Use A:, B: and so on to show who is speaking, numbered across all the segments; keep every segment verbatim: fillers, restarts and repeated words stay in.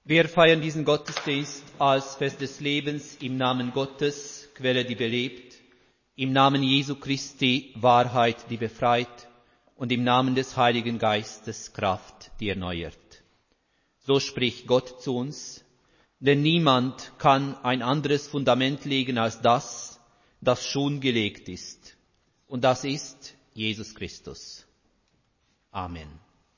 A: Wir feiern diesen Gottesdienst als Fest des Lebens im Namen Gottes, Quelle, die belebt, im Namen Jesu Christi, Wahrheit, die befreit, und im Namen des Heiligen Geistes, Kraft, die erneuert. So spricht Gott zu uns, denn niemand kann ein anderes Fundament legen als das, das schon gelegt ist. Und das ist Jesus Christus. Amen.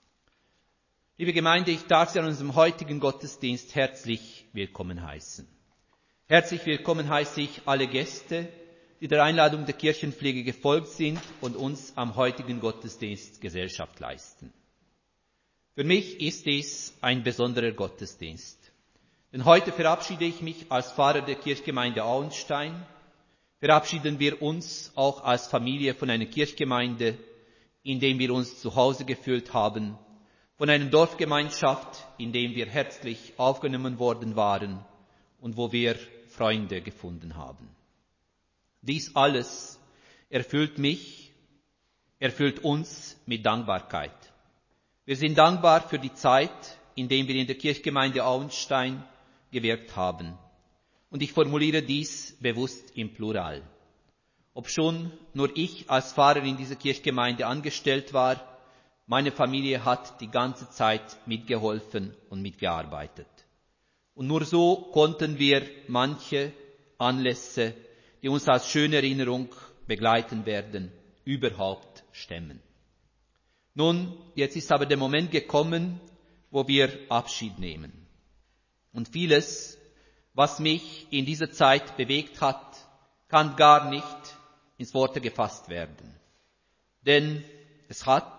A: Liebe Gemeinde, ich darf Sie an unserem heutigen Gottesdienst herzlich willkommen heißen. Herzlich willkommen heiße ich alle Gäste, die der Einladung der Kirchenpflege gefolgt sind und uns am heutigen Gottesdienst Gesellschaft leisten. Für mich ist dies ein besonderer Gottesdienst, denn heute verabschiede ich mich als Pfarrer der Kirchgemeinde Auenstein, verabschieden wir uns auch als Familie von einer Kirchgemeinde, in der wir uns zu Hause gefühlt haben, von einer Dorfgemeinschaft, in der wir herzlich aufgenommen worden waren und wo wir Freunde gefunden haben. Dies alles erfüllt mich, erfüllt uns mit Dankbarkeit. Wir sind dankbar für die Zeit, in der wir in der Kirchgemeinde Auenstein gewirkt haben. Und ich formuliere dies bewusst im Plural. Obschon nur ich als Pfarrer in dieser Kirchgemeinde angestellt war, meine Familie hat die ganze Zeit mitgeholfen und mitgearbeitet. Und nur so konnten wir manche Anlässe, die uns als schöne Erinnerung begleiten werden, überhaupt stemmen. Nun, jetzt ist aber der Moment gekommen, wo wir Abschied nehmen. Und vieles, was mich in dieser Zeit bewegt hat, kann gar nicht ins Worte gefasst werden. Denn es hat,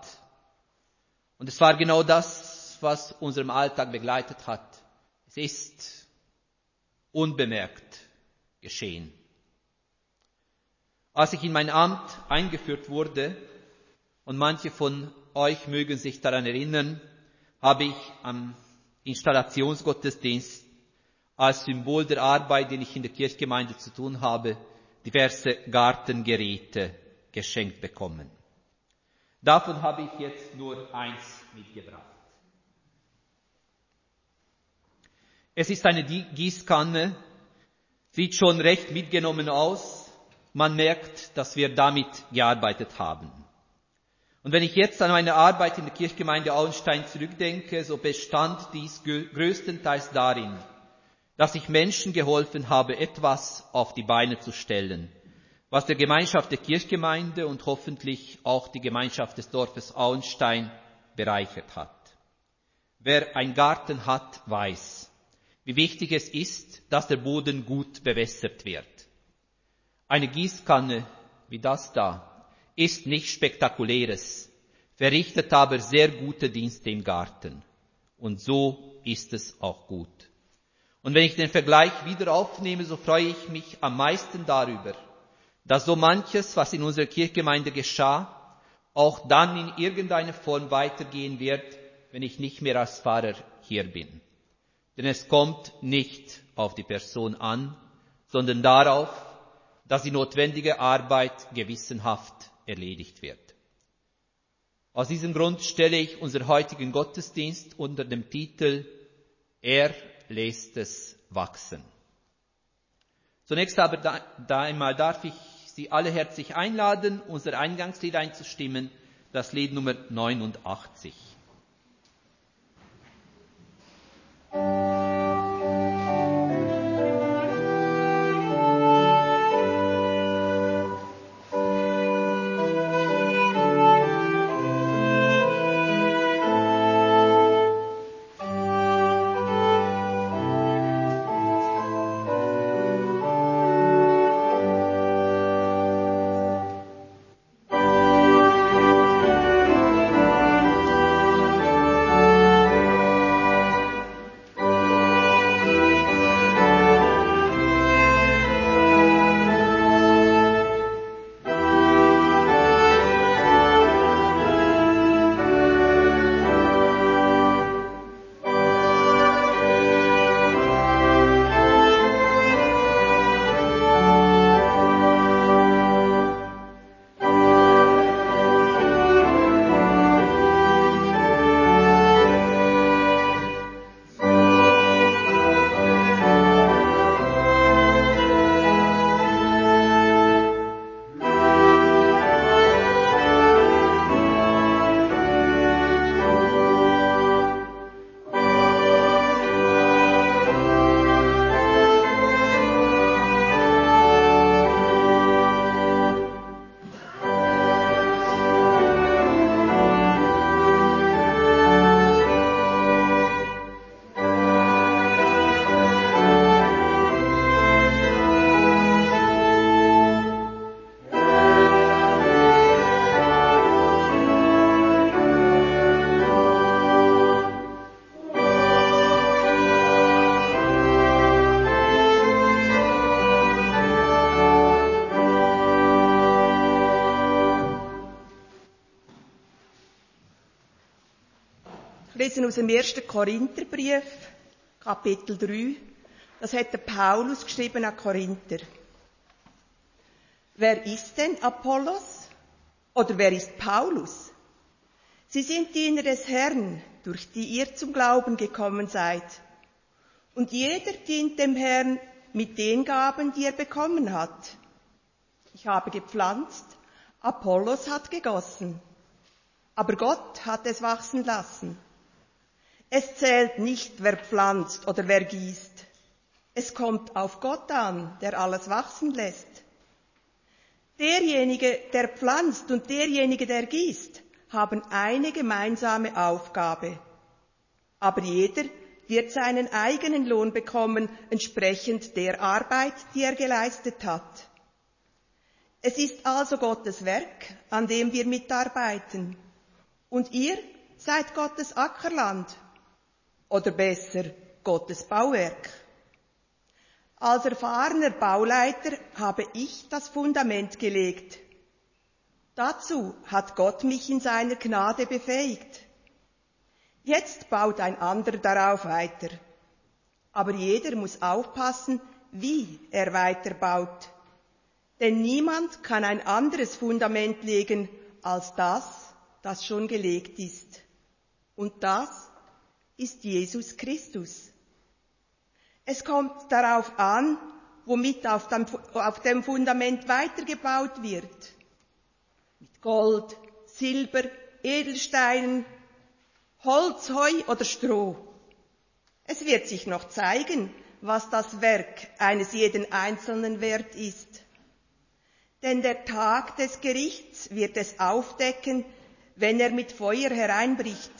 A: und es war genau das, was unserem Alltag begleitet hat, es ist unbemerkt geschehen. Als ich in mein Amt eingeführt wurde, und manche von euch mögen sich daran erinnern, habe ich am Installationsgottesdienst als Symbol der Arbeit, die ich in der Kirchgemeinde zu tun habe, diverse Gartengeräte geschenkt bekommen. Davon habe ich jetzt nur eins mitgebracht. Es ist eine Gießkanne, sieht schon recht mitgenommen aus. Man merkt, dass wir damit gearbeitet haben. Und wenn ich jetzt an meine Arbeit in der Kirchgemeinde Auenstein zurückdenke, so bestand dies größtenteils darin, dass ich Menschen geholfen habe, etwas auf die Beine zu stellen, was der Gemeinschaft der Kirchgemeinde und hoffentlich auch die Gemeinschaft des Dorfes Auenstein bereichert hat. Wer einen Garten hat, weiß, wie wichtig es ist, dass der Boden gut bewässert wird. Eine Gießkanne wie das da ist nichts Spektakuläres, verrichtet aber sehr gute Dienste im Garten. Und so ist es auch gut. Und wenn ich den Vergleich wieder aufnehme, so freue ich mich am meisten darüber, dass so manches, was in unserer Kirchgemeinde geschah, auch dann in irgendeiner Form weitergehen wird, wenn ich nicht mehr als Pfarrer hier bin. Denn es kommt nicht auf die Person an, sondern darauf, dass die notwendige Arbeit gewissenhaft erledigt wird. Aus diesem Grund stelle ich unseren heutigen Gottesdienst unter dem Titel Er lässt es wachsen. Zunächst aber da, da einmal darf ich Sie alle herzlich einladen, unser Eingangslied einzustimmen, das Lied Nummer neunundachtzig.
B: lesen aus dem ersten Korintherbrief, Kapitel drei. Das hat der Paulus geschrieben an Korinther. Wer ist denn Apollos? Oder wer ist Paulus? Sie sind Diener des Herrn, durch die ihr zum Glauben gekommen seid. Und jeder dient dem Herrn mit den Gaben, die er bekommen hat. Ich habe gepflanzt, Apollos hat gegossen, aber Gott hat es wachsen lassen. Es zählt nicht, wer pflanzt oder wer gießt. Es kommt auf Gott an, der alles wachsen lässt. Derjenige, der pflanzt und derjenige, der gießt, haben eine gemeinsame Aufgabe. Aber jeder wird seinen eigenen Lohn bekommen, entsprechend der Arbeit, die er geleistet hat. Es ist also Gottes Werk, an dem wir mitarbeiten. Und ihr seid Gottes Ackerland. Oder besser, Gottes Bauwerk. Als erfahrener Bauleiter habe ich das Fundament gelegt. Dazu hat Gott mich in seiner Gnade befähigt. Jetzt baut ein anderer darauf weiter. Aber jeder muss aufpassen, wie er weiterbaut. Denn niemand kann ein anderes Fundament legen als das, das schon gelegt ist. Und das ist Jesus Christus. Es kommt darauf an, womit auf dem, auf dem Fundament weitergebaut wird. Mit Gold, Silber, Edelsteinen, Holz, Heu oder Stroh. Es wird sich noch zeigen, was das Werk eines jeden Einzelnen wert ist. Denn der Tag des Gerichts wird es aufdecken, wenn er mit Feuer hereinbricht.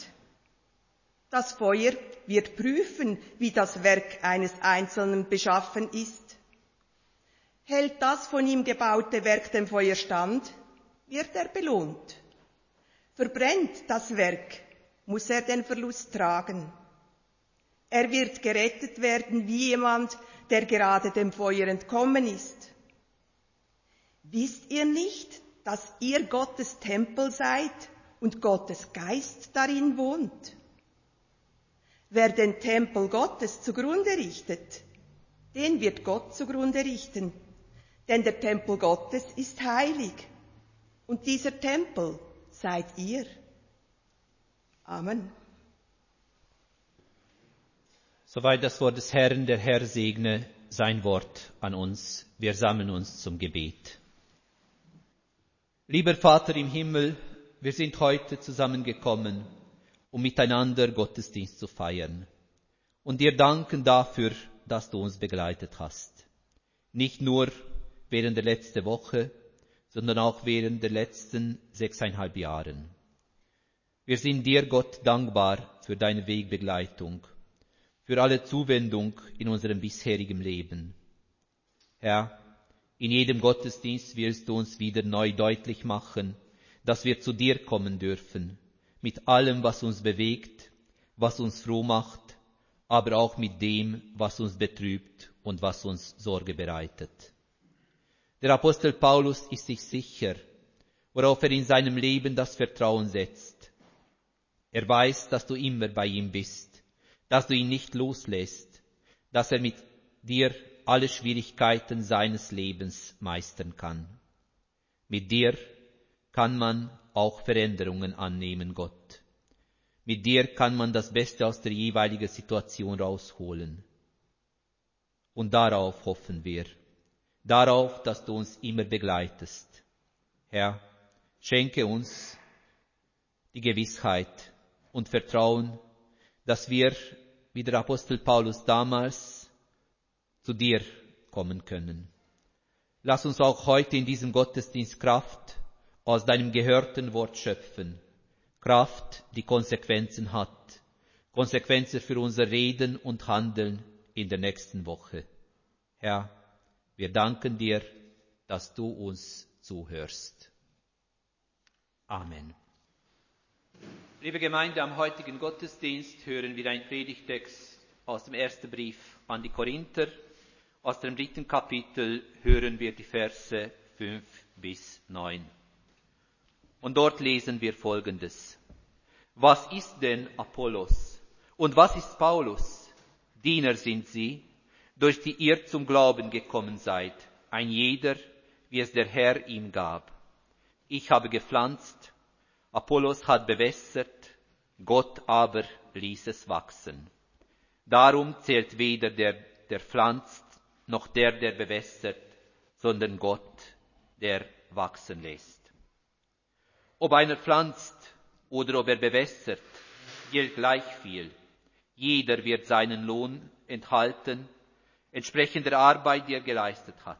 B: Das Feuer wird prüfen, wie das Werk eines Einzelnen beschaffen ist. Hält das von ihm gebaute Werk dem Feuer stand, wird er belohnt. Verbrennt das Werk, muss er den Verlust tragen. Er wird gerettet werden wie jemand, der gerade dem Feuer entkommen ist. Wisst ihr nicht, dass ihr Gottes Tempel seid und Gottes Geist darin wohnt? Wer den Tempel Gottes zugrunde richtet, den wird Gott zugrunde richten. Denn der Tempel Gottes ist heilig. Und dieser Tempel seid ihr. Amen.
A: Soweit das Wort des Herrn, der Herr segne sein Wort an uns. Wir sammeln uns zum Gebet. Lieber Vater im Himmel, wir sind heute zusammengekommen, um miteinander Gottesdienst zu feiern. Und dir danken dafür, dass du uns begleitet hast. Nicht nur während der letzten Woche, sondern auch während der letzten sechseinhalb Jahren. Wir sind dir, Gott, dankbar für deine Wegbegleitung, für alle Zuwendung in unserem bisherigen Leben. Herr, in jedem Gottesdienst willst du uns wieder neu deutlich machen, dass wir zu dir kommen dürfen, mit allem, was uns bewegt, was uns froh macht, aber auch mit dem, was uns betrübt und was uns Sorge bereitet. Der Apostel Paulus ist sich sicher, worauf er in seinem Leben das Vertrauen setzt. Er weiß, dass du immer bei ihm bist, dass du ihn nicht loslässt, dass er mit dir alle Schwierigkeiten seines Lebens meistern kann. Mit dir kann man auch Veränderungen annehmen, Gott. Mit dir kann man das Beste aus der jeweiligen Situation rausholen. Und darauf hoffen wir, darauf, dass du uns immer begleitest. Herr, schenke uns die Gewissheit und Vertrauen, dass wir, wie der Apostel Paulus damals, zu dir kommen können. Lass uns auch heute in diesem Gottesdienst Kraft aus deinem gehörten Wort schöpfen. Kraft, die Konsequenzen hat. Konsequenzen für unser Reden und Handeln in der nächsten Woche. Herr, wir danken dir, dass du uns zuhörst. Amen. Liebe Gemeinde, am heutigen Gottesdienst hören wir einen Predigtext aus dem ersten Brief an die Korinther. Aus dem dritten Kapitel hören wir die Verse fünf bis neun. Und dort lesen wir Folgendes. Was ist denn Apollos? Und was ist Paulus? Diener sind sie, durch die ihr zum Glauben gekommen seid, ein jeder, wie es der Herr ihm gab. Ich habe gepflanzt, Apollos hat bewässert, Gott aber ließ es wachsen. Darum zählt weder der, der pflanzt, noch der, der bewässert, sondern Gott, der wachsen lässt. Ob einer pflanzt oder ob er bewässert, gilt gleich viel. Jeder wird seinen Lohn enthalten, entsprechend der Arbeit, die er geleistet hat.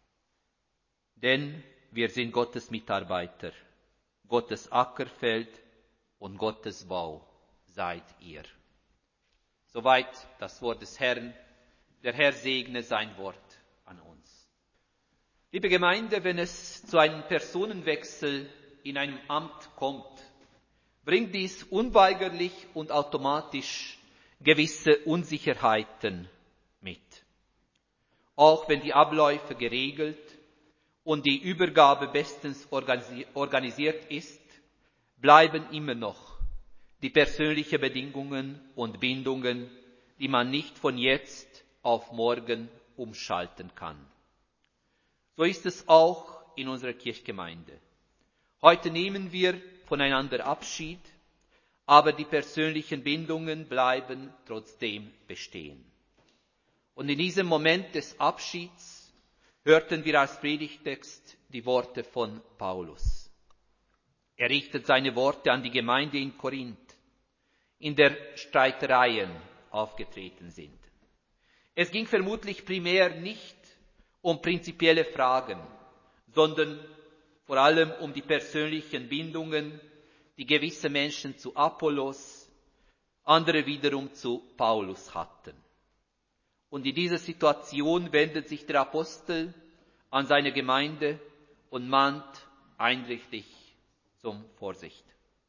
A: Denn wir sind Gottes Mitarbeiter, Gottes Ackerfeld und Gottes Bau seid ihr. Soweit das Wort des Herrn. Der Herr segne sein Wort an uns. Liebe Gemeinde, wenn es zu einem Personenwechsel in einem Amt kommt, bringt dies unweigerlich und automatisch gewisse Unsicherheiten mit. Auch wenn die Abläufe geregelt und die Übergabe bestens organisiert ist, bleiben immer noch die persönlichen Bedingungen und Bindungen, die man nicht von jetzt auf morgen umschalten kann. So ist es auch in unserer Kirchgemeinde. Heute nehmen wir voneinander Abschied, aber die persönlichen Bindungen bleiben trotzdem bestehen. Und in diesem Moment des Abschieds hörten wir als Predigtext die Worte von Paulus. Er richtet seine Worte an die Gemeinde in Korinth, in der Streitereien aufgetreten sind. Es ging vermutlich primär nicht um prinzipielle Fragen, sondern vor allem um die persönlichen Bindungen, die gewisse Menschen zu Apollos, andere wiederum zu Paulus hatten. Und in dieser Situation wendet sich der Apostel an seine Gemeinde und mahnt eindringlich zum Vorsicht.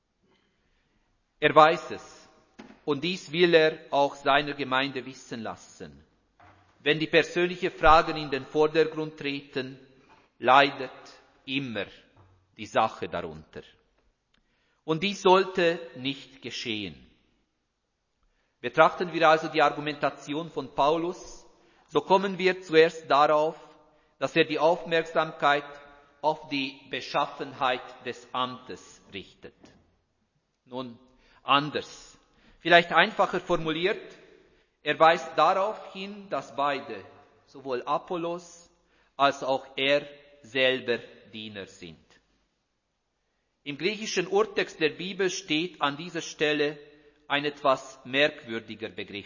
A: Er weiß es, und dies will er auch seiner Gemeinde wissen lassen. Wenn die persönlichen Fragen in den Vordergrund treten, leidet immer die Sache darunter. Und dies sollte nicht geschehen. Betrachten wir also die Argumentation von Paulus, so kommen wir zuerst darauf, dass er die Aufmerksamkeit auf die Beschaffenheit des Amtes richtet. Nun, anders, vielleicht einfacher formuliert, er weist darauf hin, dass beide, sowohl Apollos als auch er selber Diener sind. Im griechischen Urtext der Bibel steht an dieser Stelle ein etwas merkwürdiger Begriff.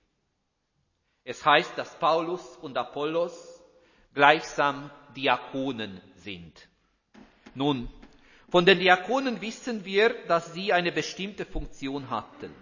A: Es heißt, dass Paulus und Apollos gleichsam Diakonen sind. Nun, von den Diakonen wissen wir, dass sie eine bestimmte Funktion hatten.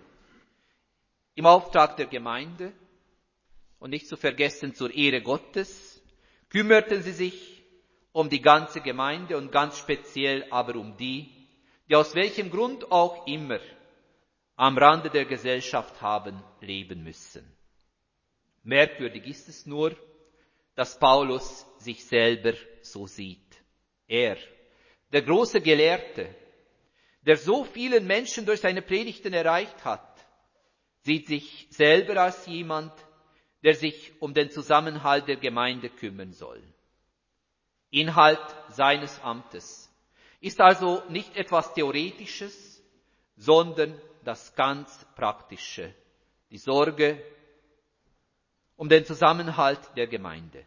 A: Im Auftrag der Gemeinde und nicht zu vergessen zur Ehre Gottes kümmerten sie sich um die ganze Gemeinde und ganz speziell aber um die, die aus welchem Grund auch immer am Rande der Gesellschaft haben leben müssen. Merkwürdig ist es nur, dass Paulus sich selber so sieht. Er, der große Gelehrte, der so vielen Menschen durch seine Predigten erreicht hat, sieht sich selber als jemand, der sich um den Zusammenhalt der Gemeinde kümmern soll. Inhalt seines Amtes ist also nicht etwas Theoretisches, sondern das ganz Praktische, die Sorge um den Zusammenhalt der Gemeinde.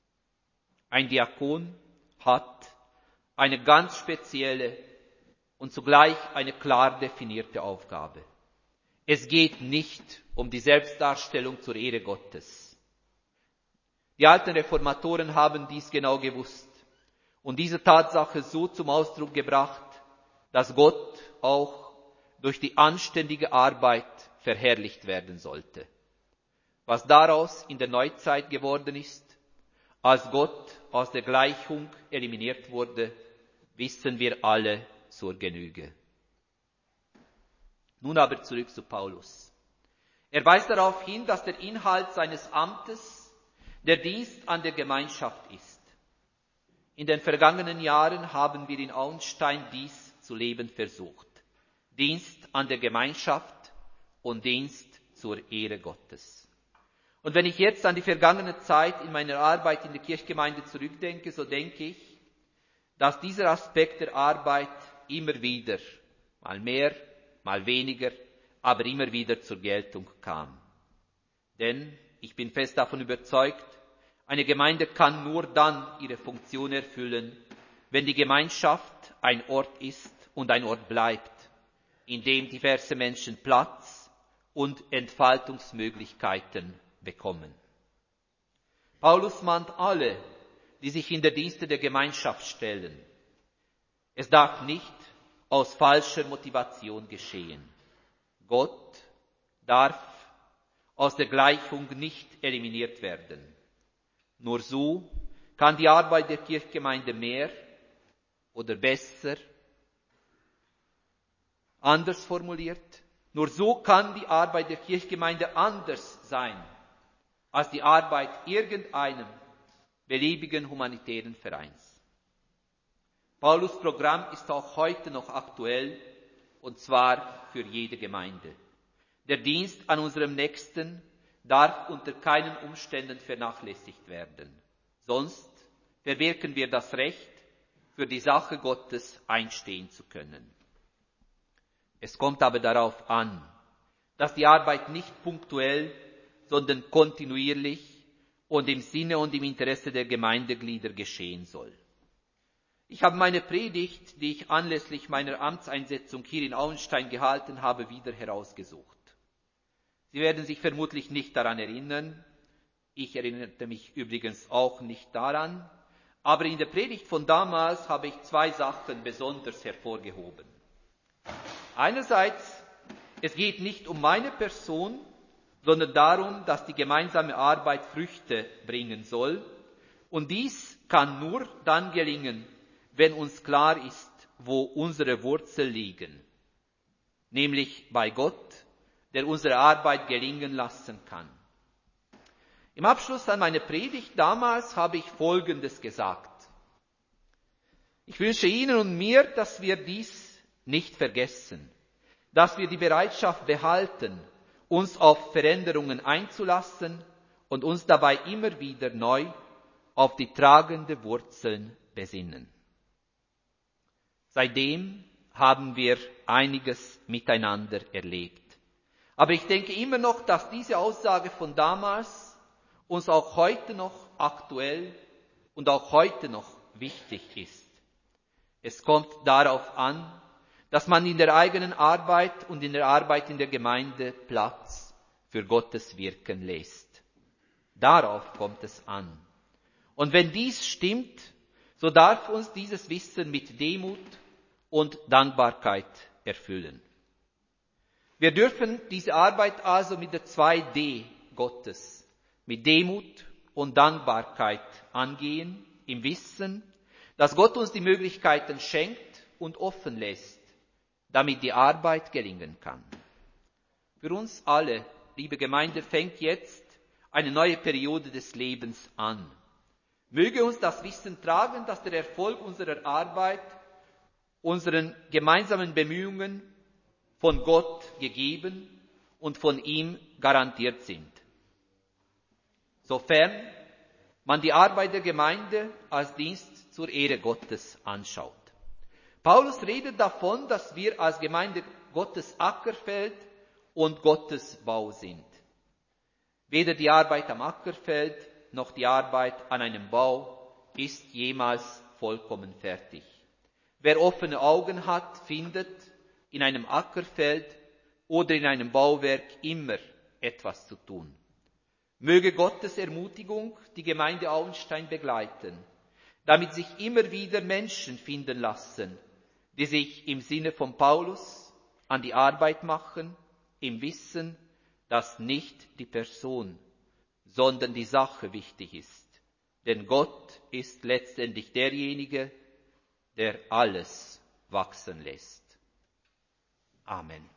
A: Ein Diakon hat eine ganz spezielle und zugleich eine klar definierte Aufgabe. Es geht nicht um die Selbstdarstellung zur Ehre Gottes. Die alten Reformatoren haben dies genau gewusst und diese Tatsache so zum Ausdruck gebracht, dass Gott auch durch die anständige Arbeit verherrlicht werden sollte. Was daraus in der Neuzeit geworden ist, als Gott aus der Gleichung eliminiert wurde, wissen wir alle zur Genüge. Nun aber zurück zu Paulus. Er weist darauf hin, dass der Inhalt seines Amtes der Dienst an der Gemeinschaft ist. In den vergangenen Jahren haben wir in Auenstein dies zu leben versucht. Dienst an der Gemeinschaft und Dienst zur Ehre Gottes. Und wenn ich jetzt an die vergangene Zeit in meiner Arbeit in der Kirchgemeinde zurückdenke, so denke ich, dass dieser Aspekt der Arbeit immer wieder, mal mehr, mal weniger, aber immer wieder zur Geltung kam. Denn ich bin fest davon überzeugt, eine Gemeinde kann nur dann ihre Funktion erfüllen, wenn die Gemeinschaft ein Ort ist und ein Ort bleibt, in dem diverse Menschen Platz und Entfaltungsmöglichkeiten bekommen. Paulus mahnt alle, die sich in der Dienste der Gemeinschaft stellen. Es darf nicht aus falscher Motivation geschehen. Gott darf aus der Gleichung nicht eliminiert werden. Nur so kann die Arbeit der Kirchgemeinde mehr oder besser, anders formuliert, nur so kann die Arbeit der Kirchgemeinde anders sein als die Arbeit irgendeinem beliebigen humanitären Vereins. Paulus' Programm ist auch heute noch aktuell, und zwar für jede Gemeinde. Der Dienst an unserem Nächsten darf unter keinen Umständen vernachlässigt werden. Sonst verwirken wir das Recht, für die Sache Gottes einstehen zu können. Es kommt aber darauf an, dass die Arbeit nicht punktuell, sondern kontinuierlich und im Sinne und im Interesse der Gemeindeglieder geschehen soll. Ich habe meine Predigt, die ich anlässlich meiner Amtseinsetzung hier in Auenstein gehalten habe, wieder herausgesucht. Sie werden sich vermutlich nicht daran erinnern. Ich erinnerte mich übrigens auch nicht daran. Aber in der Predigt von damals habe ich zwei Sachen besonders hervorgehoben. Einerseits, es geht nicht um meine Person, sondern darum, dass die gemeinsame Arbeit Früchte bringen soll. Und dies kann nur dann gelingen, wenn uns klar ist, wo unsere Wurzeln liegen, nämlich bei Gott, der unsere Arbeit gelingen lassen kann. Im Abschluss an meiner Predigt damals habe ich Folgendes gesagt. Ich wünsche Ihnen und mir, dass wir dies nicht vergessen, dass wir die Bereitschaft behalten, uns auf Veränderungen einzulassen und uns dabei immer wieder neu auf die tragenden Wurzeln besinnen. Seitdem haben wir einiges miteinander erlebt. Aber ich denke immer noch, dass diese Aussage von damals uns auch heute noch aktuell und auch heute noch wichtig ist. Es kommt darauf an, dass man in der eigenen Arbeit und in der Arbeit in der Gemeinde Platz für Gottes Wirken lässt. Darauf kommt es an. Und wenn dies stimmt, so darf uns dieses Wissen mit Demut und Dankbarkeit erfüllen. Wir dürfen diese Arbeit also mit der zwei D Gottes, mit Demut und Dankbarkeit angehen, im Wissen, dass Gott uns die Möglichkeiten schenkt und offen lässt, damit die Arbeit gelingen kann. Für uns alle, liebe Gemeinde, fängt jetzt eine neue Periode des Lebens an. Möge uns das Wissen tragen, dass der Erfolg unserer Arbeit, unseren gemeinsamen Bemühungen von Gott gegeben und von ihm garantiert sind. Sofern man die Arbeit der Gemeinde als Dienst zur Ehre Gottes anschaut. Paulus redet davon, dass wir als Gemeinde Gottes Ackerfeld und Gottes Bau sind. Weder die Arbeit am Ackerfeld noch die Arbeit an einem Bau ist jemals vollkommen fertig. Wer offene Augen hat, findet in einem Ackerfeld oder in einem Bauwerk immer etwas zu tun. Möge Gottes Ermutigung die Gemeinde Auenstein begleiten, damit sich immer wieder Menschen finden lassen, die sich im Sinne von Paulus an die Arbeit machen, im Wissen, dass nicht die Person, sondern die Sache wichtig ist. Denn Gott ist letztendlich derjenige, der alles wachsen lässt. Amen.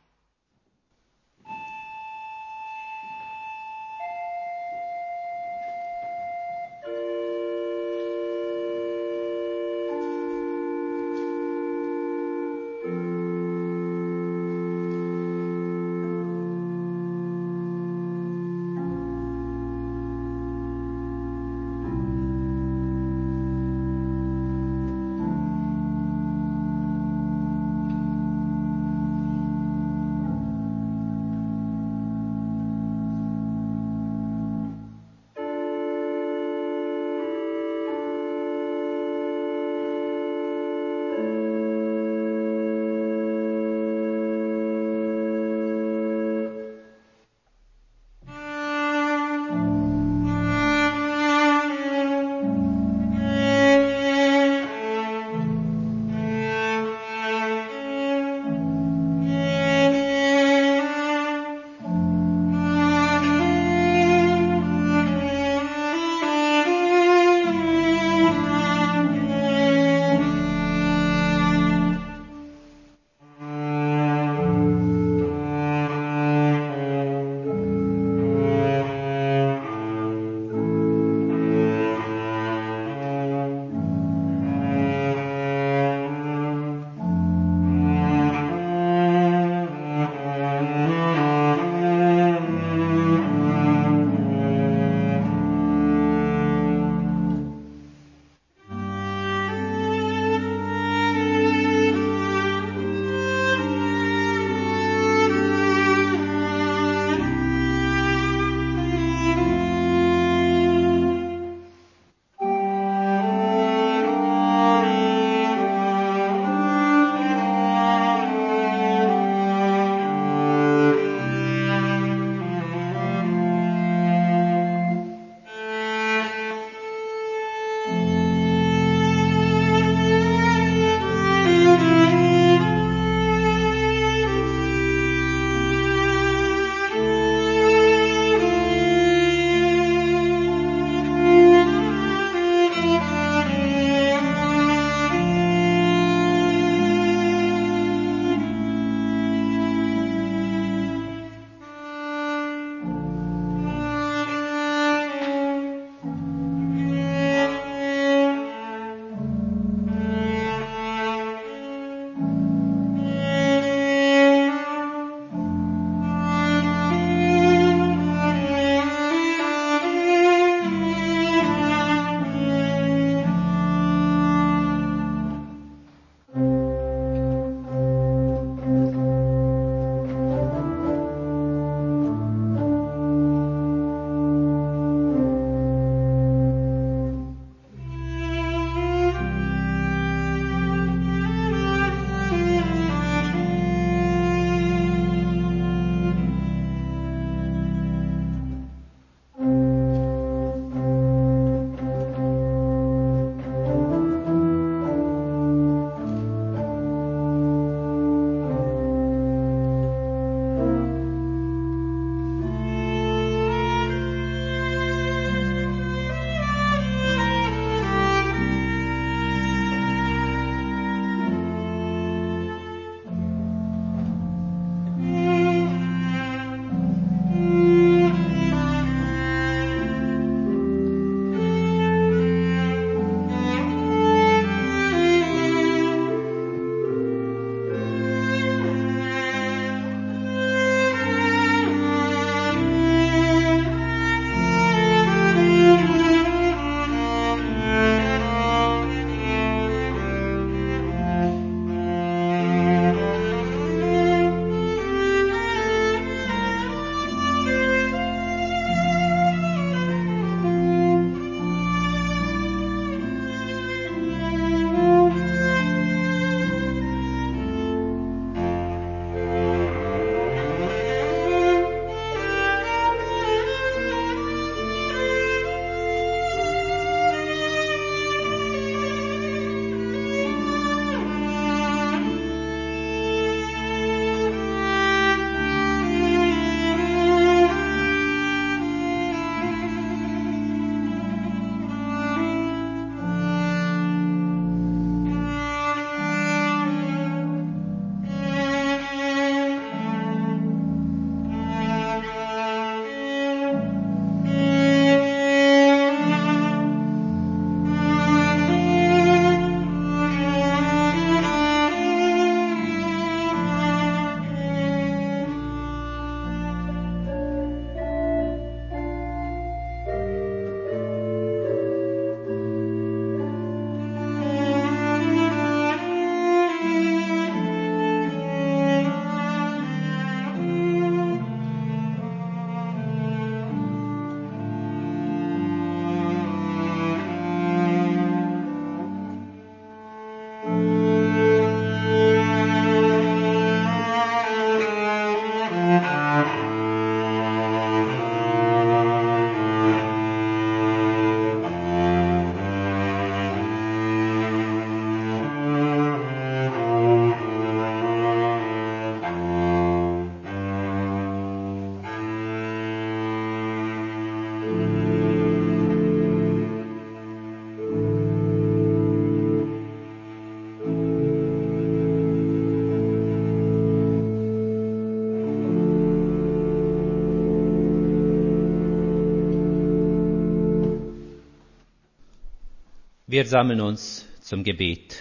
A: Wir sammeln uns zum Gebet.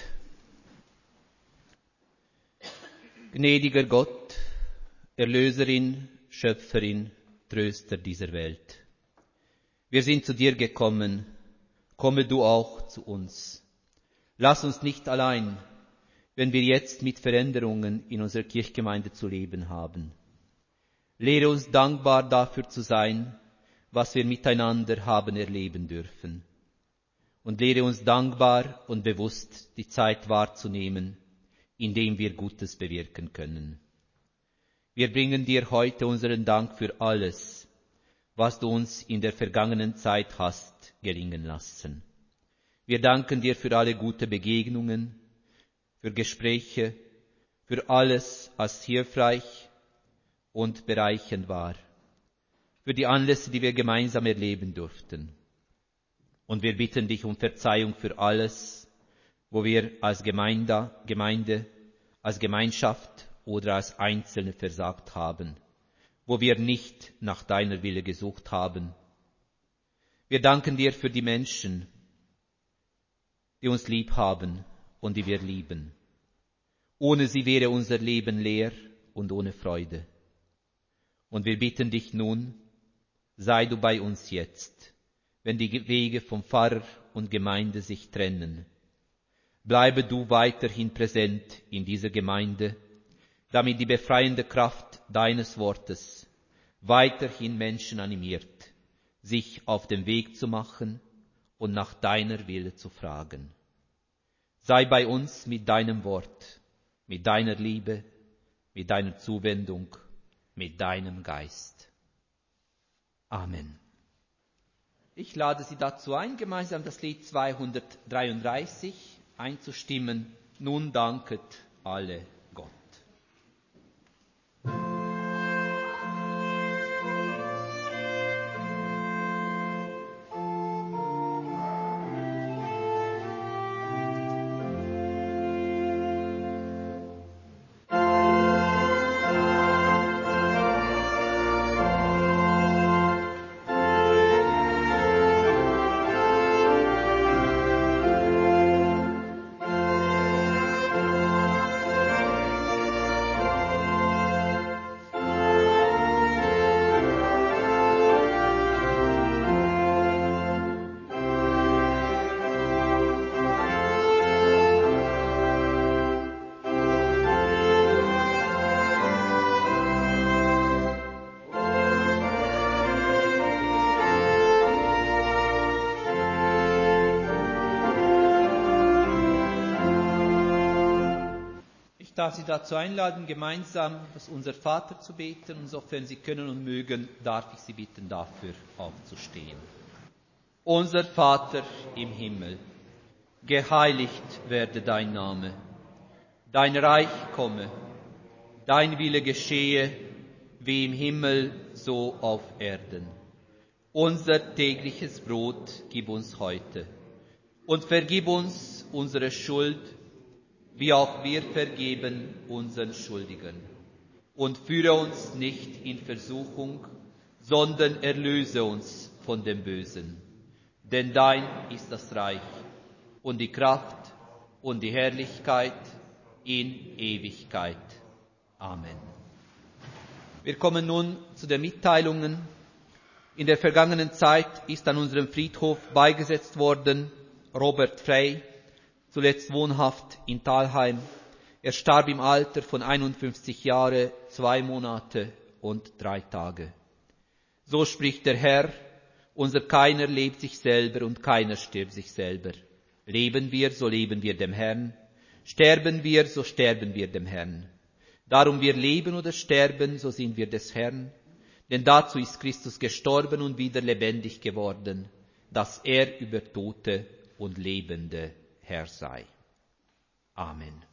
A: Gnädiger Gott, Erlöserin, Schöpferin, Tröster dieser Welt. Wir sind zu dir gekommen, komme du auch zu uns. Lass uns nicht allein, wenn wir jetzt mit Veränderungen in unserer Kirchgemeinde zu leben haben. Lehre uns dankbar dafür zu sein, was wir miteinander haben erleben dürfen. Und lehre uns dankbar und bewusst die Zeit wahrzunehmen, indem wir Gutes bewirken können. Wir bringen dir heute unseren Dank für alles, was du uns in der vergangenen Zeit hast gelingen lassen. Wir danken dir für alle gute Begegnungen, für Gespräche, für alles, was hilfreich und bereichernd war, für die Anlässe, die wir gemeinsam erleben durften. Und wir bitten dich um Verzeihung für alles, wo wir als Gemeinde, Gemeinde, als Gemeinschaft oder als Einzelne versagt haben, wo wir nicht nach deiner Wille gesucht haben. Wir danken dir für die Menschen, die uns lieb haben und die wir lieben. Ohne sie wäre unser Leben leer und ohne Freude. Und wir bitten dich nun, sei du bei uns jetzt, wenn die Wege vom Pfarrer und Gemeinde sich trennen. Bleibe du weiterhin präsent in dieser Gemeinde, damit die befreiende Kraft deines Wortes weiterhin Menschen animiert, sich auf den Weg zu machen und nach deiner Wille zu fragen. Sei bei uns mit deinem Wort, mit deiner Liebe, mit deiner Zuwendung, mit deinem Geist. Amen. Ich lade Sie dazu ein, gemeinsam das Lied zweihundertdreiunddreißig einzustimmen. Nun danket alle Gott. Ich darf Sie dazu einladen, gemeinsam das Unser Vater zu beten, und sofern Sie können und mögen, darf ich Sie bitten, dafür aufzustehen. Unser Vater im Himmel, geheiligt werde dein Name, dein Reich komme, dein Wille geschehe, wie im Himmel, so auf Erden. Unser tägliches Brot gib uns heute und vergib uns unsere Schuld, wie auch wir vergeben unseren Schuldigen. Und führe uns nicht in Versuchung, sondern erlöse uns von dem Bösen. Denn dein ist das Reich und die Kraft und die Herrlichkeit in Ewigkeit. Amen. Wir kommen nun zu den Mitteilungen. In der vergangenen Zeit ist an unserem Friedhof beigesetzt worden Robert Frey, zuletzt wohnhaft in Thalheim. Er starb im Alter von einundfünfzig Jahren, zwei Monate und drei Tage. So spricht der Herr, unser keiner lebt sich selber und keiner stirbt sich selber. Leben wir, so leben wir dem Herrn. Sterben wir, so sterben wir dem Herrn. Darum wir leben oder sterben, so sind wir des Herrn. Denn dazu ist Christus gestorben und wieder lebendig geworden, dass er über Tote und Lebende Herr sei. Amen.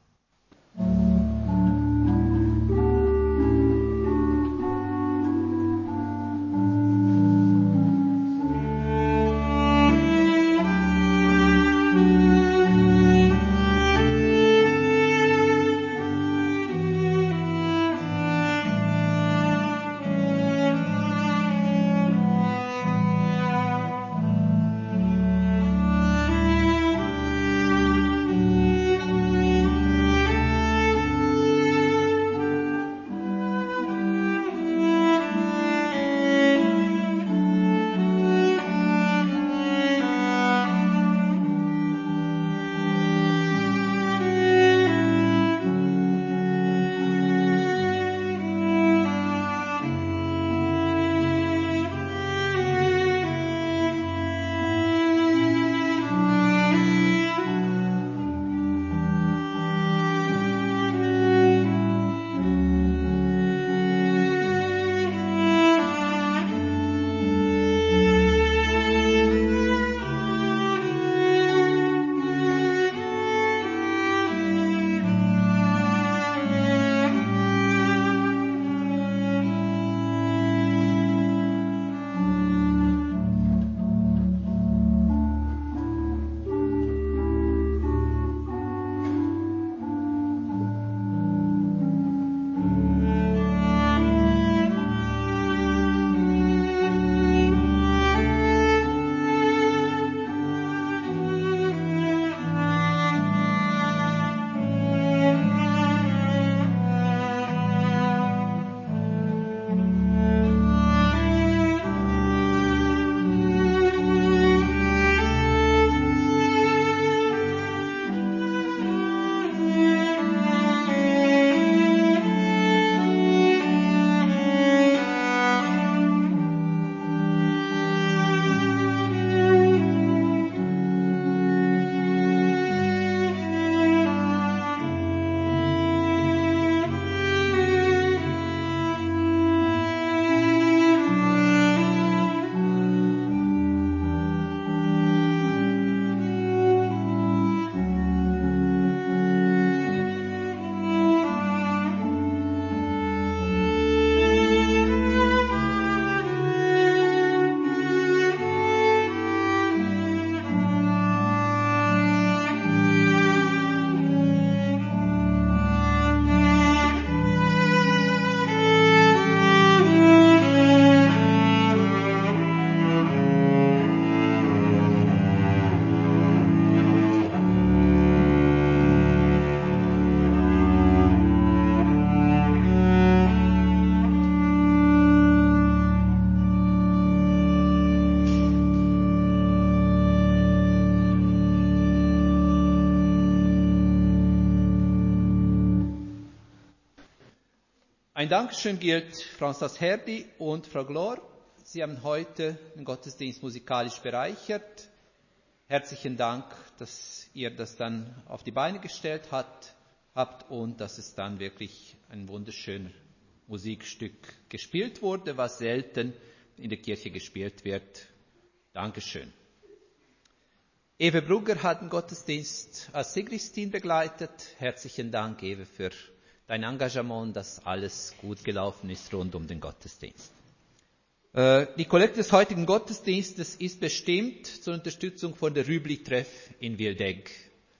A: Ein Dankeschön gilt François Herdi und Frau Glor. Sie haben heute den Gottesdienst musikalisch bereichert. Herzlichen Dank, dass ihr das dann auf die Beine gestellt hat, habt und dass es dann wirklich ein wunderschönes Musikstück gespielt wurde, was selten in der Kirche gespielt wird. Dankeschön. Ewe Brugger hat den Gottesdienst als Sigristin begleitet. Herzlichen Dank, Ewe, für dein Engagement, dass alles gut gelaufen ist rund um den Gottesdienst. Die Kollekte des heutigen Gottesdienstes ist bestimmt zur Unterstützung von der Rübli-Treff in Wildegg.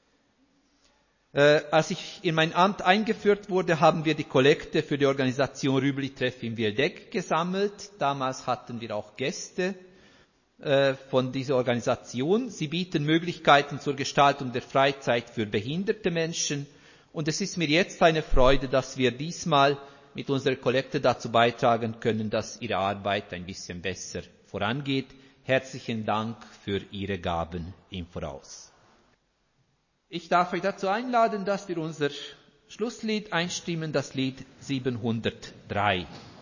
A: Als ich in mein Amt eingeführt wurde, haben wir die Kollekte für die Organisation Rübli-Treff in Wildegg gesammelt. Damals hatten wir auch Gäste von dieser Organisation. Sie bieten Möglichkeiten zur Gestaltung der Freizeit für behinderte Menschen. Und es ist mir jetzt eine Freude, dass wir diesmal mit unserer Kollekte dazu beitragen können, dass Ihre Arbeit ein bisschen besser vorangeht. Herzlichen Dank für Ihre Gaben im Voraus. Ich darf euch dazu einladen, dass wir unser Schlusslied einstimmen, das Lied siebenhundertdrei.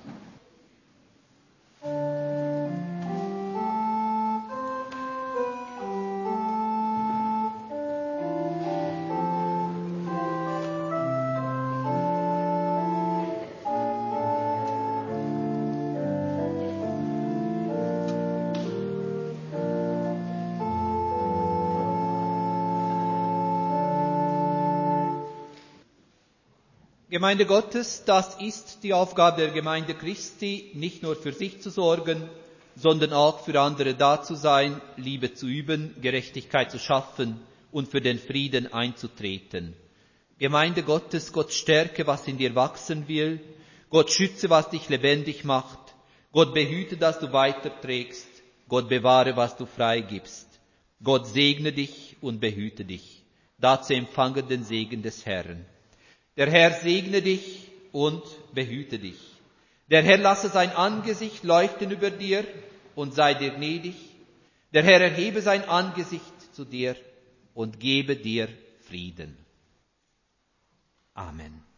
A: Gemeinde Gottes, das ist die Aufgabe der Gemeinde Christi, nicht nur für sich zu sorgen, sondern auch für andere da zu sein, Liebe zu üben, Gerechtigkeit zu schaffen und für den Frieden einzutreten. Gemeinde Gottes, Gott stärke, was in dir wachsen will, Gott schütze, was dich lebendig macht, Gott behüte, dass du weiterträgst, Gott bewahre, was du freigibst, Gott segne dich und behüte dich. Dazu empfange den Segen des Herrn. Der Herr segne dich und behüte dich. Der Herr lasse sein Angesicht leuchten über dir und sei dir gnädig. Der Herr erhebe sein Angesicht zu dir und gebe dir Frieden. Amen.